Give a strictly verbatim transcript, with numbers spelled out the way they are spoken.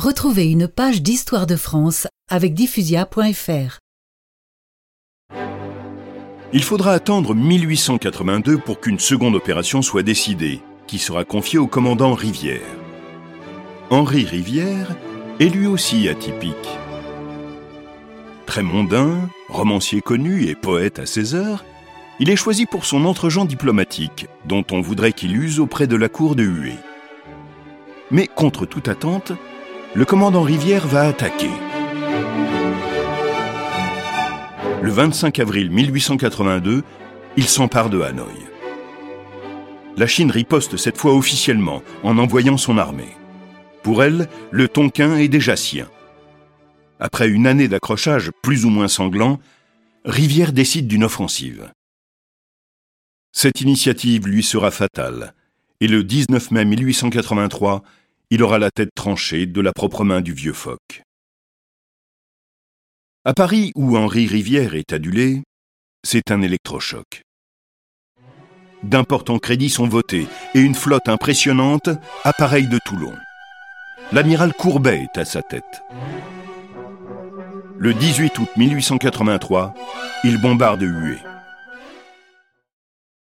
Retrouvez une page d'Histoire de France avec diffusia point f r. Il faudra attendre mille huit cent quatre-vingt-deux pour qu'une seconde opération soit décidée, qui sera confiée au commandant Rivière. Henri Rivière est lui aussi atypique. Très mondain, romancier connu et poète à ses heures, il est choisi pour son entre-gens diplomatique, dont on voudrait qu'il use auprès de la cour de Hué. Mais contre toute attente, le commandant Rivière va attaquer. Le vingt-cinq avril mille huit cent quatre-vingt-deux, il s'empare de Hanoï. La Chine riposte cette fois officiellement en envoyant son armée. Pour elle, le Tonkin est déjà sien. Après une année d'accrochage plus ou moins sanglant, Rivière décide d'une offensive. Cette initiative lui sera fatale, et le dix-neuf mai mille huit cent quatre-vingt-trois, il aura la tête tranchée de la propre main du vieux phoque. À Paris, où Henri Rivière est adulé, c'est un électrochoc. D'importants crédits sont votés et une flotte impressionnante appareille de Toulon. L'amiral Courbet est à sa tête. Le dix-huit août mille huit cent quatre-vingt-trois, il bombarde Hué.